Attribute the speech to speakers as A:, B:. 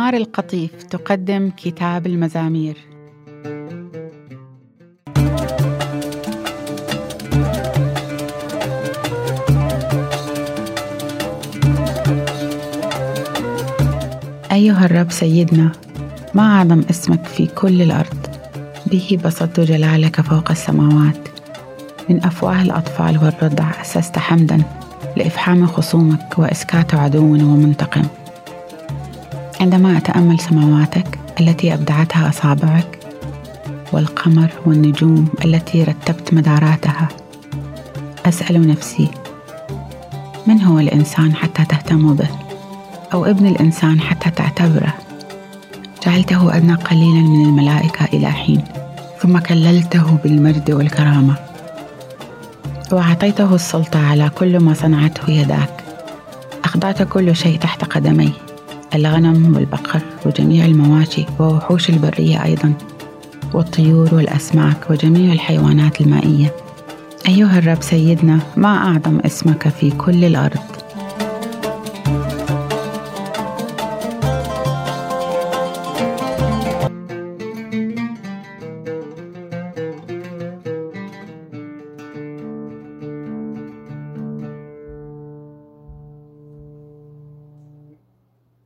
A: أنوار القطيف تقدم كتاب المزامير. أيها الرب سيدنا، ما أعظم اسمك في كل الأرض، به بسطت جلالك فوق السماوات. من أفواه الأطفال والرضع أسست حمدا لإفحام خصومك وإسكات عدو ومنتقم. عندما أتأمل سماواتك التي أبدعتها أصابعك، والقمر والنجوم التي رتبت مداراتها، أسأل نفسي: من هو الإنسان حتى تهتم به؟ أو ابن الإنسان حتى تعتبره؟ جعلته أدنى قليلا من الملائكة إلى حين، ثم كللته بالمجد والكرامة، وأعطيته السلطة على كل ما صنعته يداك. أخضعت كل شيء تحت قدمي، الغنم والبقر وجميع المواشي ووحوش البرية أيضا، والطيور والأسماك وجميع الحيوانات المائية. أيها الرب سيدنا، ما أعظم اسمك في كل الأرض.